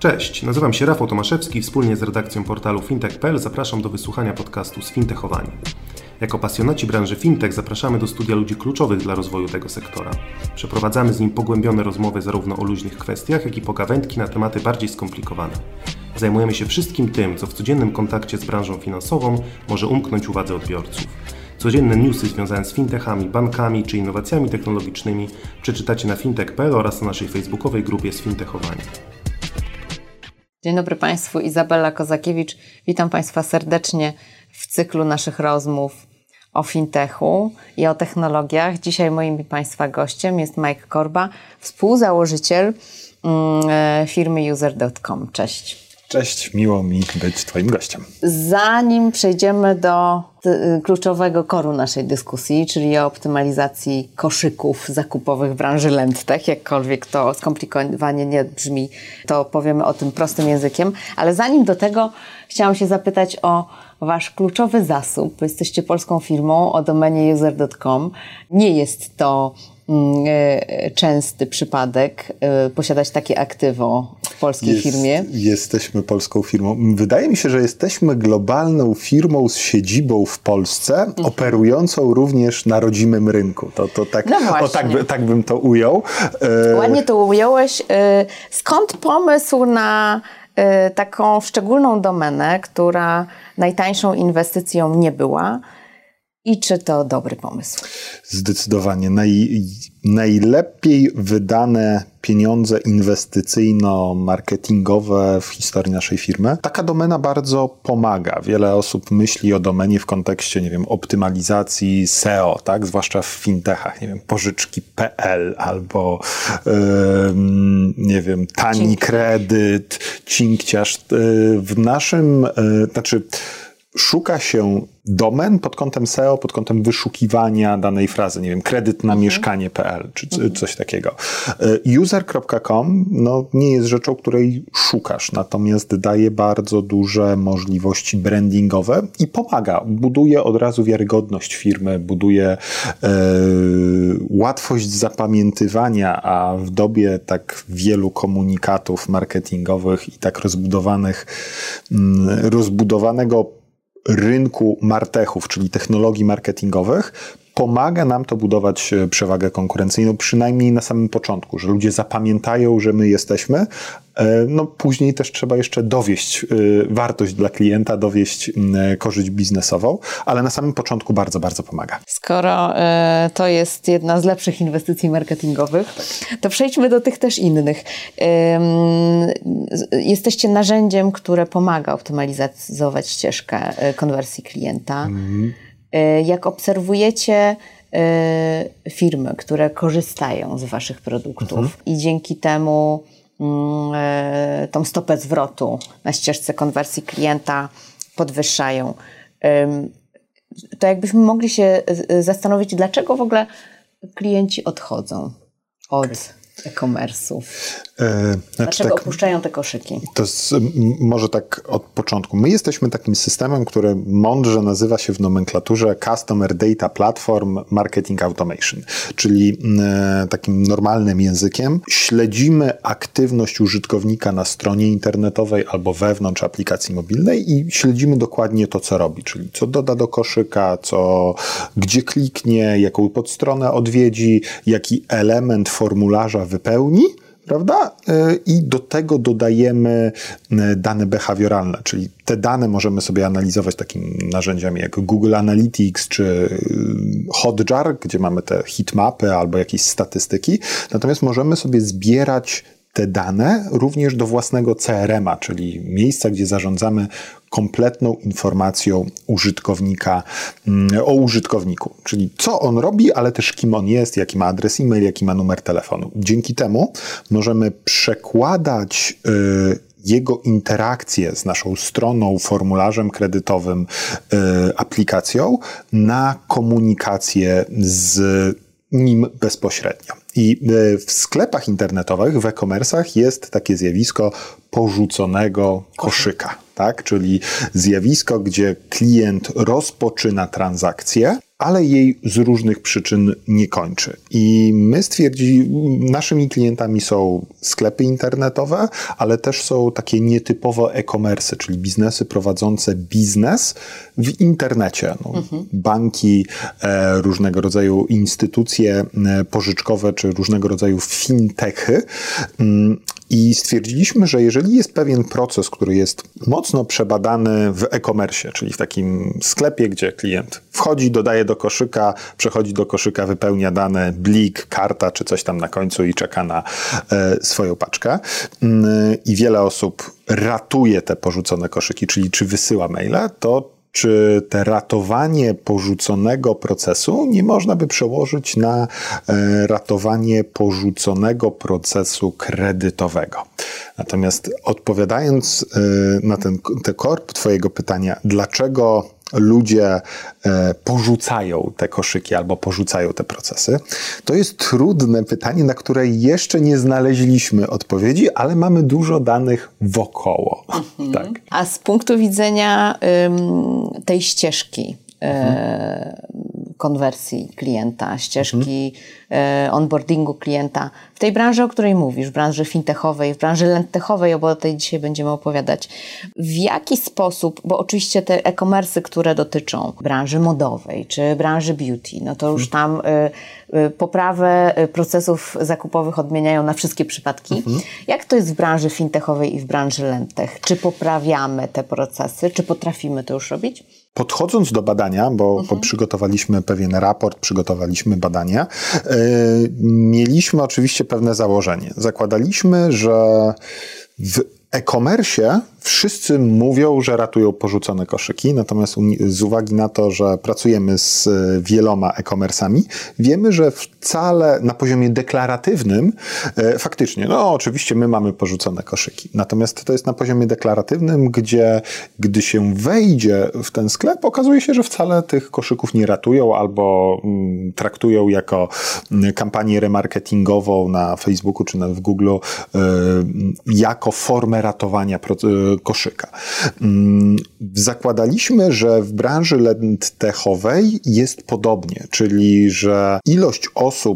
Cześć, nazywam się Rafał Tomaszewski i wspólnie z redakcją portalu fintech.pl zapraszam do wysłuchania podcastu Sfintechowani. Jako pasjonaci branży fintech zapraszamy do studia ludzi kluczowych dla rozwoju tego sektora. Przeprowadzamy z nim pogłębione rozmowy zarówno o luźnych kwestiach, jak i pogawędki na tematy bardziej skomplikowane. Zajmujemy się wszystkim tym, co w codziennym kontakcie z branżą finansową może umknąć uwadze odbiorców. Codzienne newsy związane z fintechami, bankami czy innowacjami technologicznymi przeczytacie na fintech.pl oraz na naszej facebookowej grupie Sfintechowani. Dzień dobry Państwu, Izabela Kozakiewicz. Witam Państwa serdecznie w cyklu naszych rozmów o fintechu i o technologiach. Dzisiaj moim Państwa gościem jest Mike Korba, współzałożyciel firmy user.com. Cześć. Cześć, miło mi być Twoim gościem. Zanim przejdziemy do kluczowego koru naszej dyskusji, czyli o optymalizacji koszyków zakupowych w branży LandTech, jakkolwiek to skomplikowanie nie brzmi, to powiemy o tym prostym językiem. Ale zanim do tego chciałam się zapytać o Wasz kluczowy zasób. Jesteście polską firmą o domenie user.com. Nie jest to częsty przypadek posiadać takie aktywo w polskiej firmie. Jesteśmy polską firmą. Wydaje mi się, że jesteśmy globalną firmą z siedzibą w Polsce, operującą również na rodzimym rynku. Tak bym to ujął. Ładnie to ująłeś. Skąd pomysł na taką szczególną domenę, która najtańszą inwestycją nie była? I czy to dobry pomysł? Zdecydowanie. Najlepiej wydane pieniądze inwestycyjno-marketingowe w historii naszej firmy. Taka domena bardzo pomaga. Wiele osób myśli o domenie w kontekście, optymalizacji SEO, tak? Zwłaszcza w fintechach, pożyczki.pl albo tani kredyt, cinkciarz. W naszym, szuka się domen pod kątem SEO, pod kątem wyszukiwania danej frazy, kredyt na mieszkanie.pl czy coś takiego. User.com nie jest rzeczą, której szukasz, natomiast daje bardzo duże możliwości brandingowe i pomaga. Buduje od razu wiarygodność firmy, buduje łatwość zapamiętywania, a w dobie tak wielu komunikatów marketingowych i tak rozbudowanego rynku martechów, czyli technologii marketingowych, pomaga nam to budować przewagę konkurencyjną, przynajmniej na samym początku, że ludzie zapamiętają, że my jesteśmy. Później też trzeba jeszcze dowieść wartość dla klienta, dowieść korzyść biznesową, ale na samym początku bardzo, bardzo pomaga. Skoro to jest jedna z lepszych inwestycji marketingowych, to przejdźmy do tych też innych. Jesteście narzędziem, które pomaga optymalizować ścieżkę konwersji klienta. Jak obserwujecie firmy, które korzystają z Waszych produktów i dzięki temu tą stopę zwrotu na ścieżce konwersji klienta podwyższają, to jakbyśmy mogli się zastanowić, dlaczego w ogóle klienci odchodzą od e-commerce'ów? Dlaczego opuszczają te koszyki? To może tak od początku. My jesteśmy takim systemem, który mądrze nazywa się w nomenklaturze Customer Data Platform Marketing Automation, czyli takim normalnym językiem śledzimy aktywność użytkownika na stronie internetowej albo wewnątrz aplikacji mobilnej i śledzimy dokładnie to, co robi, czyli co doda do koszyka, gdzie kliknie, jaką podstronę odwiedzi, jaki element formularza wypełni, prawda? I do tego dodajemy dane behawioralne, czyli te dane możemy sobie analizować takimi narzędziami jak Google Analytics czy Hotjar, gdzie mamy te heatmapy albo jakieś statystyki. Natomiast możemy sobie zbierać te dane również do własnego CRM-a, czyli miejsca, gdzie zarządzamy kompletną informacją o użytkowniku, czyli co on robi, ale też kim on jest, jaki ma adres e-mail, jaki ma numer telefonu. Dzięki temu możemy przekładać jego interakcje z naszą stroną, formularzem kredytowym, aplikacją na komunikację z nim bezpośrednio. I w sklepach internetowych, w e-commerce'ach jest takie zjawisko porzuconego koszyka, tak? Czyli zjawisko, gdzie klient rozpoczyna transakcję, ale jej z różnych przyczyn nie kończy. I my naszymi klientami są sklepy internetowe, ale też są takie nietypowe e-commerce, czyli biznesy prowadzące biznes w internecie. Banki, różnego rodzaju instytucje pożyczkowe, czy różnego rodzaju fintechy. I stwierdziliśmy, że jeżeli jest pewien proces, który jest mocno przebadany w e-commerce, czyli w takim sklepie, gdzie klient wchodzi, dodaje do koszyka, przechodzi do koszyka, wypełnia dane, blik, karta czy coś tam na końcu i czeka na swoją paczkę. I wiele osób ratuje te porzucone koszyki, czyli czy wysyła maile, to czy te ratowanie porzuconego procesu nie można by przełożyć na ratowanie porzuconego procesu kredytowego. Natomiast odpowiadając na ten korp twojego pytania, dlaczego ludzie porzucają te koszyki albo porzucają te procesy, to jest trudne pytanie, na które jeszcze nie znaleźliśmy odpowiedzi, ale mamy dużo danych wokoło. Tak. A z punktu widzenia tej ścieżki konwersji klienta, ścieżki onboardingu klienta, w tej branży, o której mówisz, w branży fintechowej, w branży lendtechowej, bo o tej dzisiaj będziemy opowiadać, w jaki sposób, bo oczywiście te e-commerce, które dotyczą branży modowej, czy branży beauty, no to już tam poprawę procesów zakupowych odmieniają na wszystkie przypadki. Jak to jest w branży fintechowej i w branży lendtech? Czy poprawiamy te procesy? Czy potrafimy to już robić? Podchodząc do badania, bo przygotowaliśmy pewien raport, przygotowaliśmy badania, mieliśmy oczywiście pewne założenie. Zakładaliśmy, że w e-commerce wszyscy mówią, że ratują porzucone koszyki, natomiast z uwagi na to, że pracujemy z wieloma e-commerce'ami, wiemy, że wcale na poziomie deklaratywnym faktycznie, no oczywiście my mamy porzucone koszyki, natomiast to jest na poziomie deklaratywnym, gdy się wejdzie w ten sklep, okazuje się, że wcale tych koszyków nie ratują albo traktują jako kampanię remarketingową na Facebooku czy w Google jako formę ratowania koszyka. Zakładaliśmy, że w branży lendtechowej jest podobnie, czyli że ilość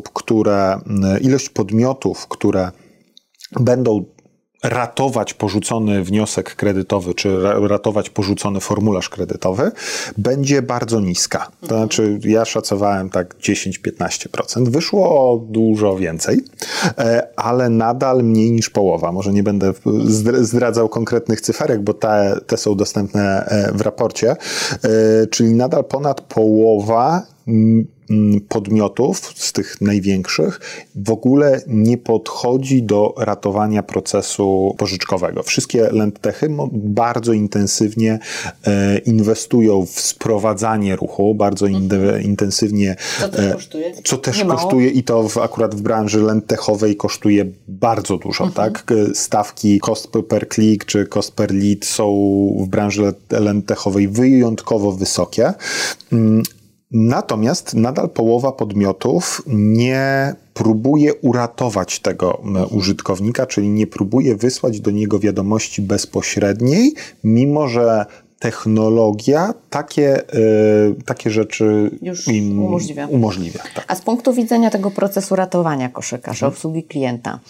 podmiotów, które będą ratować porzucony wniosek kredytowy, czy ratować porzucony formularz kredytowy, będzie bardzo niska. To znaczy, ja szacowałem tak 10-15%. Wyszło dużo więcej, ale nadal mniej niż połowa. Może nie będę zdradzał konkretnych cyferek, bo te są dostępne w raporcie. Czyli nadal ponad połowa podmiotów z tych największych w ogóle nie podchodzi do ratowania procesu pożyczkowego. Wszystkie lendtechy bardzo intensywnie inwestują w sprowadzanie ruchu, bardzo intensywnie. Co też kosztuje i to akurat w branży lendtechowej kosztuje bardzo dużo. Tak? Stawki cost per click czy cost per lead są w branży lendtechowej wyjątkowo wysokie. Natomiast nadal połowa podmiotów nie próbuje uratować tego użytkownika, czyli nie próbuje wysłać do niego wiadomości bezpośredniej, mimo że technologia takie rzeczy już im umożliwia. Tak. A z punktu widzenia tego procesu ratowania koszyka, czy obsługi klienta,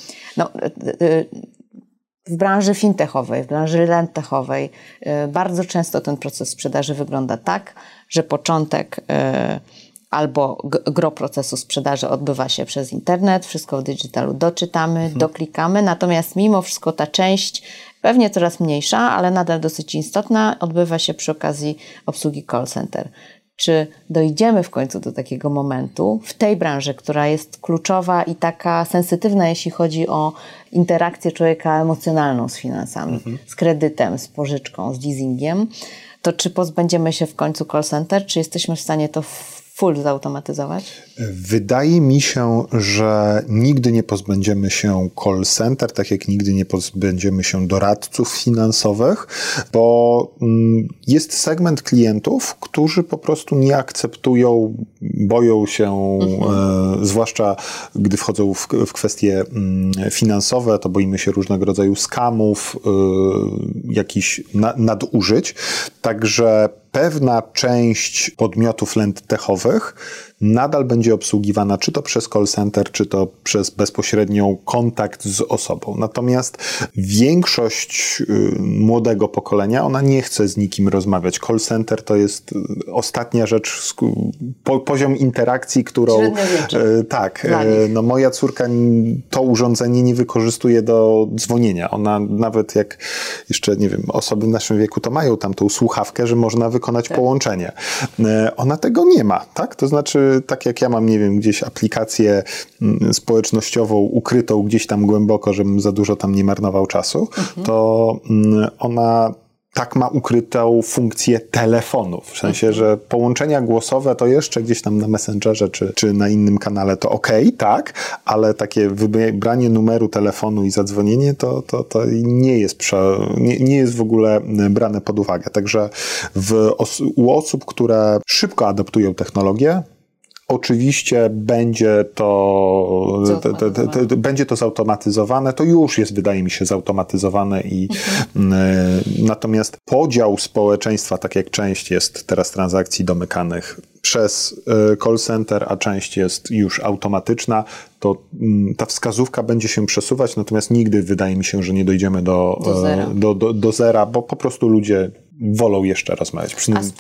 w branży fintechowej, w branży lendtechowej bardzo często ten proces sprzedaży wygląda tak, że początek albo gro procesu sprzedaży odbywa się przez internet, wszystko w digitalu doczytamy, doklikamy, natomiast mimo wszystko ta część, pewnie coraz mniejsza, ale nadal dosyć istotna, odbywa się przy okazji obsługi call center. Czy dojdziemy w końcu do takiego momentu w tej branży, która jest kluczowa i taka sensytywna, jeśli chodzi o interakcję człowieka emocjonalną z finansami, z kredytem, z pożyczką, z leasingiem, to czy pozbędziemy się w końcu call center, czy jesteśmy w stanie to full zautomatyzować? Wydaje mi się, że nigdy nie pozbędziemy się call center, tak jak nigdy nie pozbędziemy się doradców finansowych, bo jest segment klientów, którzy po prostu nie akceptują, boją się, zwłaszcza gdy wchodzą w kwestie finansowe, to boimy się różnego rodzaju skamów, jakichś nadużyć. Także pewna część podmiotów landtechowych nadal będzie obsługiwana czy to przez call center, czy to przez bezpośrednią kontakt z osobą. Natomiast większość młodego pokolenia, ona nie chce z nikim rozmawiać. Call center to jest ostatnia rzecz, poziom interakcji, którą... Tak, no moja córka to urządzenie nie wykorzystuje do dzwonienia. Ona nawet jak jeszcze, nie wiem, osoby w naszym wieku to mają tam tą słuchawkę, że można wykonać połączenie. Ona tego nie ma, tak? To znaczy tak jak ja mam, nie wiem, gdzieś aplikację społecznościową ukrytą gdzieś tam głęboko, żebym za dużo tam nie marnował czasu, to ona tak ma ukrytą funkcję telefonu. W sensie, że połączenia głosowe to jeszcze gdzieś tam na Messengerze czy na innym kanale to okej, tak, ale takie wybranie numeru telefonu i zadzwonienie to nie jest w ogóle brane pod uwagę. Także u osób, które szybko adaptują technologię, oczywiście będzie to zautomatyzowane, to już jest, wydaje mi się, zautomatyzowane natomiast podział społeczeństwa, tak jak część jest teraz transakcji domykanych przez call center, a część jest już automatyczna, to ta wskazówka będzie się przesuwać, natomiast nigdy, wydaje mi się, że nie dojdziemy do zera, bo po prostu ludzie wolą jeszcze rozmawiać.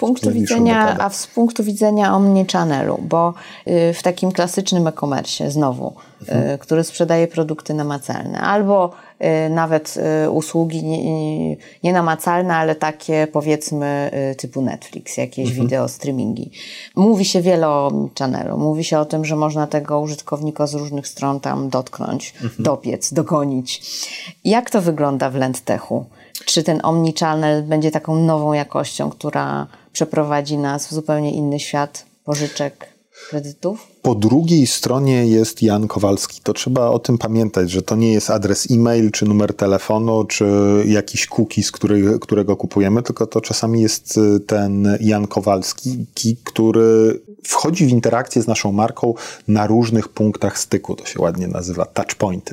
A z punktu widzenia omnichannelu, bo w takim klasycznym e-commerce znowu, który sprzedaje produkty namacalne, albo nawet usługi nienamacalne, ale takie powiedzmy typu Netflix, jakieś wideo streamingi. Mówi się wiele o omnichannelu. Mówi się o tym, że można tego użytkownika z różnych stron tam dotknąć, dopiec, dogonić. Jak to wygląda w landtechu? Czy ten omnichannel będzie taką nową jakością, która przeprowadzi nas w zupełnie inny świat pożyczek, kredytów? Po drugiej stronie jest Jan Kowalski. To trzeba o tym pamiętać, że to nie jest adres e-mail, czy numer telefonu, czy jakiś cookies, którego kupujemy, tylko to czasami jest ten Jan Kowalski, który wchodzi w interakcję z naszą marką na różnych punktach styku. To się ładnie nazywa touchpointy.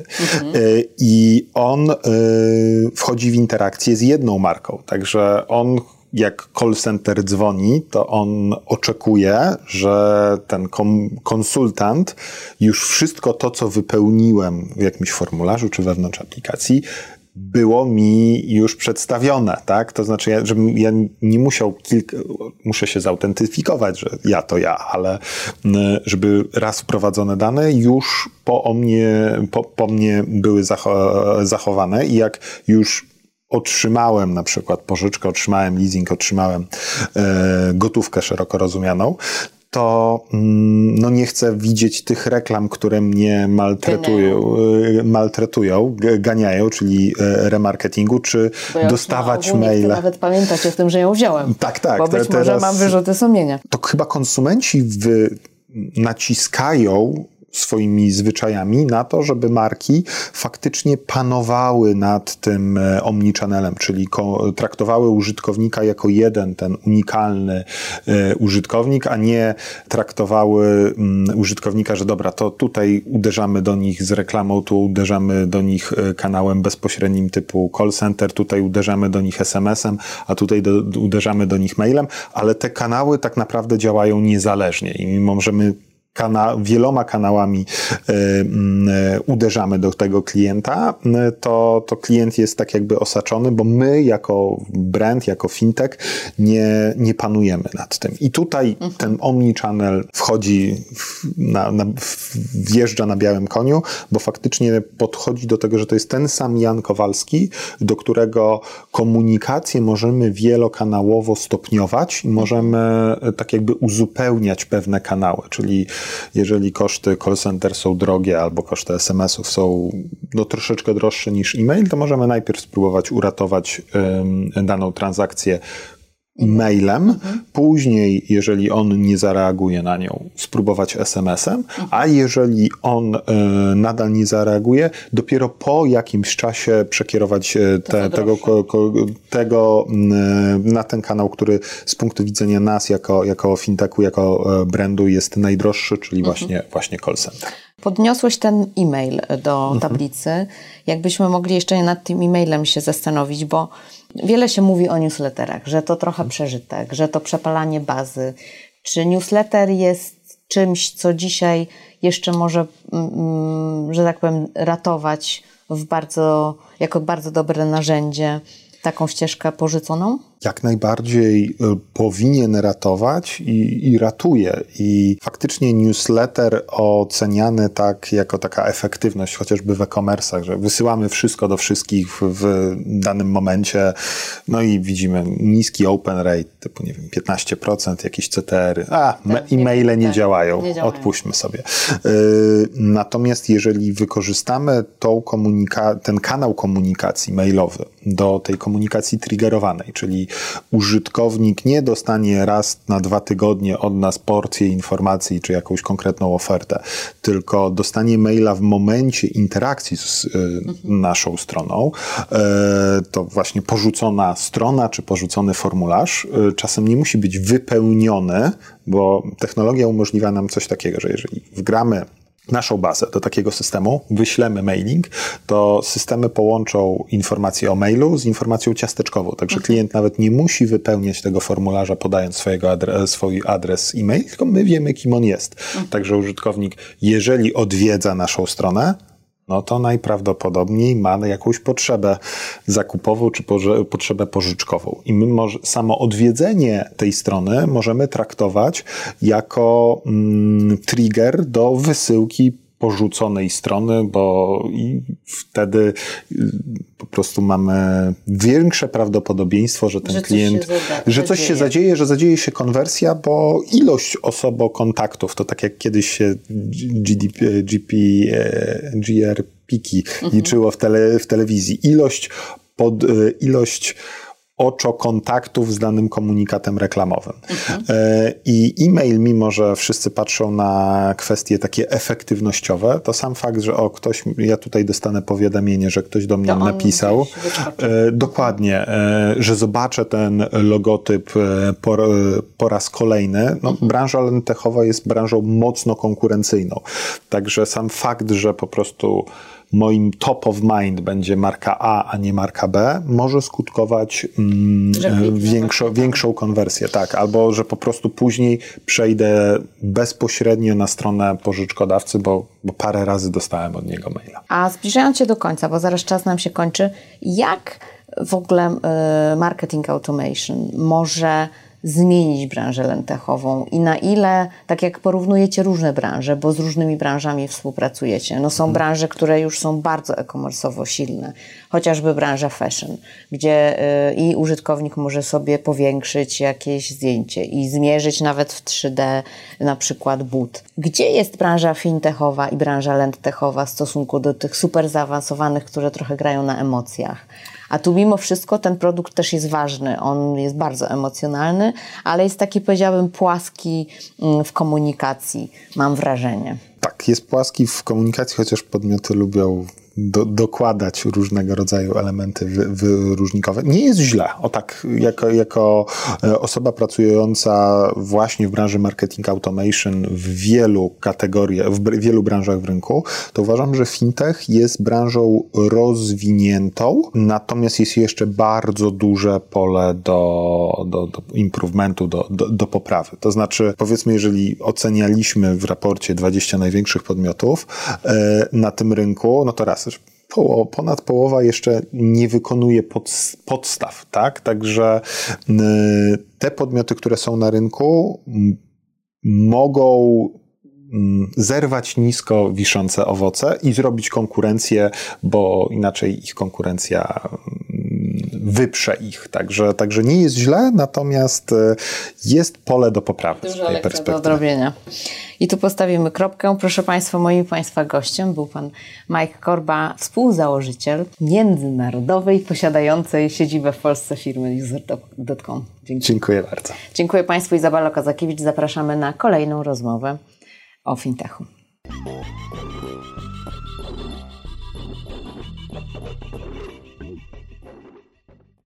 I on wchodzi w interakcję z jedną marką. Także on, jak call center dzwoni, to on oczekuje, że ten konsultant już wszystko to, co wypełniłem w jakimś formularzu czy wewnątrz aplikacji, było mi już przedstawione, tak? To znaczy, żebym ja nie musiał muszę się zautentyfikować, że to ja, ale żeby raz wprowadzone dane już po mnie były zachowane i jak już otrzymałem na przykład pożyczkę, otrzymałem leasing, otrzymałem gotówkę szeroko rozumianą, to nie chcę widzieć tych reklam, które mnie maltretują, ganiają, czyli remarketingu, czy dostawać maile. Nawet pamiętać o tym, że ją wziąłem. Tak. Bo być może mam wyrzuty sumienia. To chyba konsumenci naciskają swoimi zwyczajami na to, żeby marki faktycznie panowały nad tym omnichannelem, czyli traktowały użytkownika jako jeden, ten unikalny użytkownik, a nie traktowały użytkownika, że dobra, to tutaj uderzamy do nich z reklamą, tu uderzamy do nich kanałem bezpośrednim typu call center, tutaj uderzamy do nich SMS-em, a tutaj uderzamy do nich mailem, ale te kanały tak naprawdę działają niezależnie i mimo, że my wieloma kanałami uderzamy do tego klienta, to klient jest tak jakby osaczony, bo my jako brand, jako fintech nie panujemy nad tym. I tutaj ten omnichannel wjeżdża na białym koniu, bo faktycznie podchodzi do tego, że to jest ten sam Jan Kowalski, do którego komunikację możemy wielokanałowo stopniować i możemy tak jakby uzupełniać pewne kanały, czyli jeżeli koszty call center są drogie albo koszty SMS-ów są troszeczkę droższe niż e-mail, to możemy najpierw spróbować uratować daną transakcję mailem, później, jeżeli on nie zareaguje na nią, spróbować SMS-em, a jeżeli on nadal nie zareaguje, dopiero po jakimś czasie przekierować tego na ten kanał, który z punktu widzenia nas jako fintechu, jako brandu jest najdroższy, czyli właśnie call center. Podniosłeś ten e-mail do tablicy. Jakbyśmy mogli jeszcze nad tym e-mailem się zastanowić, bo wiele się mówi o newsletterach, że to trochę przeżytek, że to przepalanie bazy. Czy newsletter jest czymś, co dzisiaj jeszcze może, że tak powiem, ratować jako bardzo dobre narzędzie taką ścieżkę porzuconą? Jak najbardziej powinien ratować i ratuje. I faktycznie newsletter oceniany tak jako taka efektywność, chociażby w e-commerce'ach, że wysyłamy wszystko do wszystkich w danym momencie, no i widzimy niski open rate, typu nie wiem, 15%, jakieś CTR-y. E-maile nie działają, odpuśćmy sobie. Natomiast jeżeli wykorzystamy ten kanał komunikacji mailowy do tej komunikacji triggerowanej, czyli użytkownik nie dostanie raz na 2 tygodnie od nas porcję informacji czy jakąś konkretną ofertę, tylko dostanie maila w momencie interakcji z naszą stroną, to właśnie porzucona strona czy porzucony formularz czasem nie musi być wypełniony, bo technologia umożliwia nam coś takiego, że jeżeli wgramy naszą bazę do takiego systemu, wyślemy mailing, to systemy połączą informację o mailu z informacją ciasteczkową. Także klient nawet nie musi wypełniać tego formularza, podając swój adres e-mail, tylko my wiemy, kim on jest. Także użytkownik, jeżeli odwiedza naszą stronę, no to najprawdopodobniej ma jakąś potrzebę zakupową czy potrzebę pożyczkową. I my samo odwiedzenie tej strony możemy traktować jako trigger do wysyłki porzuconej strony, bo i wtedy po prostu mamy większe prawdopodobieństwo, że ten klient, że coś się zadzieje, że zadzieje się konwersja, bo ilość kontaktów, to tak jak kiedyś się GRPiki liczyło w telewizji, ilość kontaktów z danym komunikatem reklamowym. I e-mail, mimo że wszyscy patrzą na kwestie takie efektywnościowe, to sam fakt, że ja tutaj dostanę powiadomienie, że ktoś do mnie napisał, dokładnie, że zobaczę ten logotyp po raz kolejny. No, branża lentechowa jest branżą mocno konkurencyjną. Także sam fakt, że po prostu moim top of mind będzie marka A nie marka B, może skutkować większą konwersję, tak, albo że po prostu później przejdę bezpośrednio na stronę pożyczkodawcy, bo parę razy dostałem od niego maila. A zbliżając się do końca, bo zaraz czas nam się kończy, jak w ogóle marketing automation może zmienić branżę lentechową i na ile, tak jak porównujecie różne branże, bo z różnymi branżami współpracujecie, no są branże, które już są bardzo e-commerce'owo silne, chociażby branża fashion, gdzie i użytkownik może sobie powiększyć jakieś zdjęcie i zmierzyć nawet w 3D na przykład but. Gdzie jest branża fintechowa i branża lentechowa w stosunku do tych super zaawansowanych, które trochę grają na emocjach? A tu mimo wszystko ten produkt też jest ważny, on jest bardzo emocjonalny, ale jest taki, powiedziałabym, płaski w komunikacji, mam wrażenie. Tak, jest płaski w komunikacji, chociaż podmioty lubią dokładać różnego rodzaju elementy wyróżnikowe. Nie jest źle. O tak, jako osoba pracująca właśnie w branży marketing automation w wielu kategoriach, w wielu branżach w rynku, to uważam, że fintech jest branżą rozwiniętą, natomiast jest jeszcze bardzo duże pole do improvementu, do poprawy. To znaczy, powiedzmy, jeżeli ocenialiśmy w raporcie 20 największych podmiotów na tym rynku, no to raz, ponad połowa jeszcze nie wykonuje podstaw, tak? Także te podmioty, które są na rynku, mogą zerwać nisko wiszące owoce i zrobić konkurencję, bo inaczej ich konkurencja wyprze ich. Także nie jest źle, natomiast jest pole do poprawy z tej perspektywy. Do odrobienia. I tu postawimy kropkę. Proszę Państwa, moim Państwa gościem był Pan Mike Korba, współzałożyciel międzynarodowej, posiadającej siedzibę w Polsce firmy user.com. Dziękuję bardzo. Dziękuję Państwu. Izabela Kozakiewicz. Zapraszamy na kolejną rozmowę o fintechu.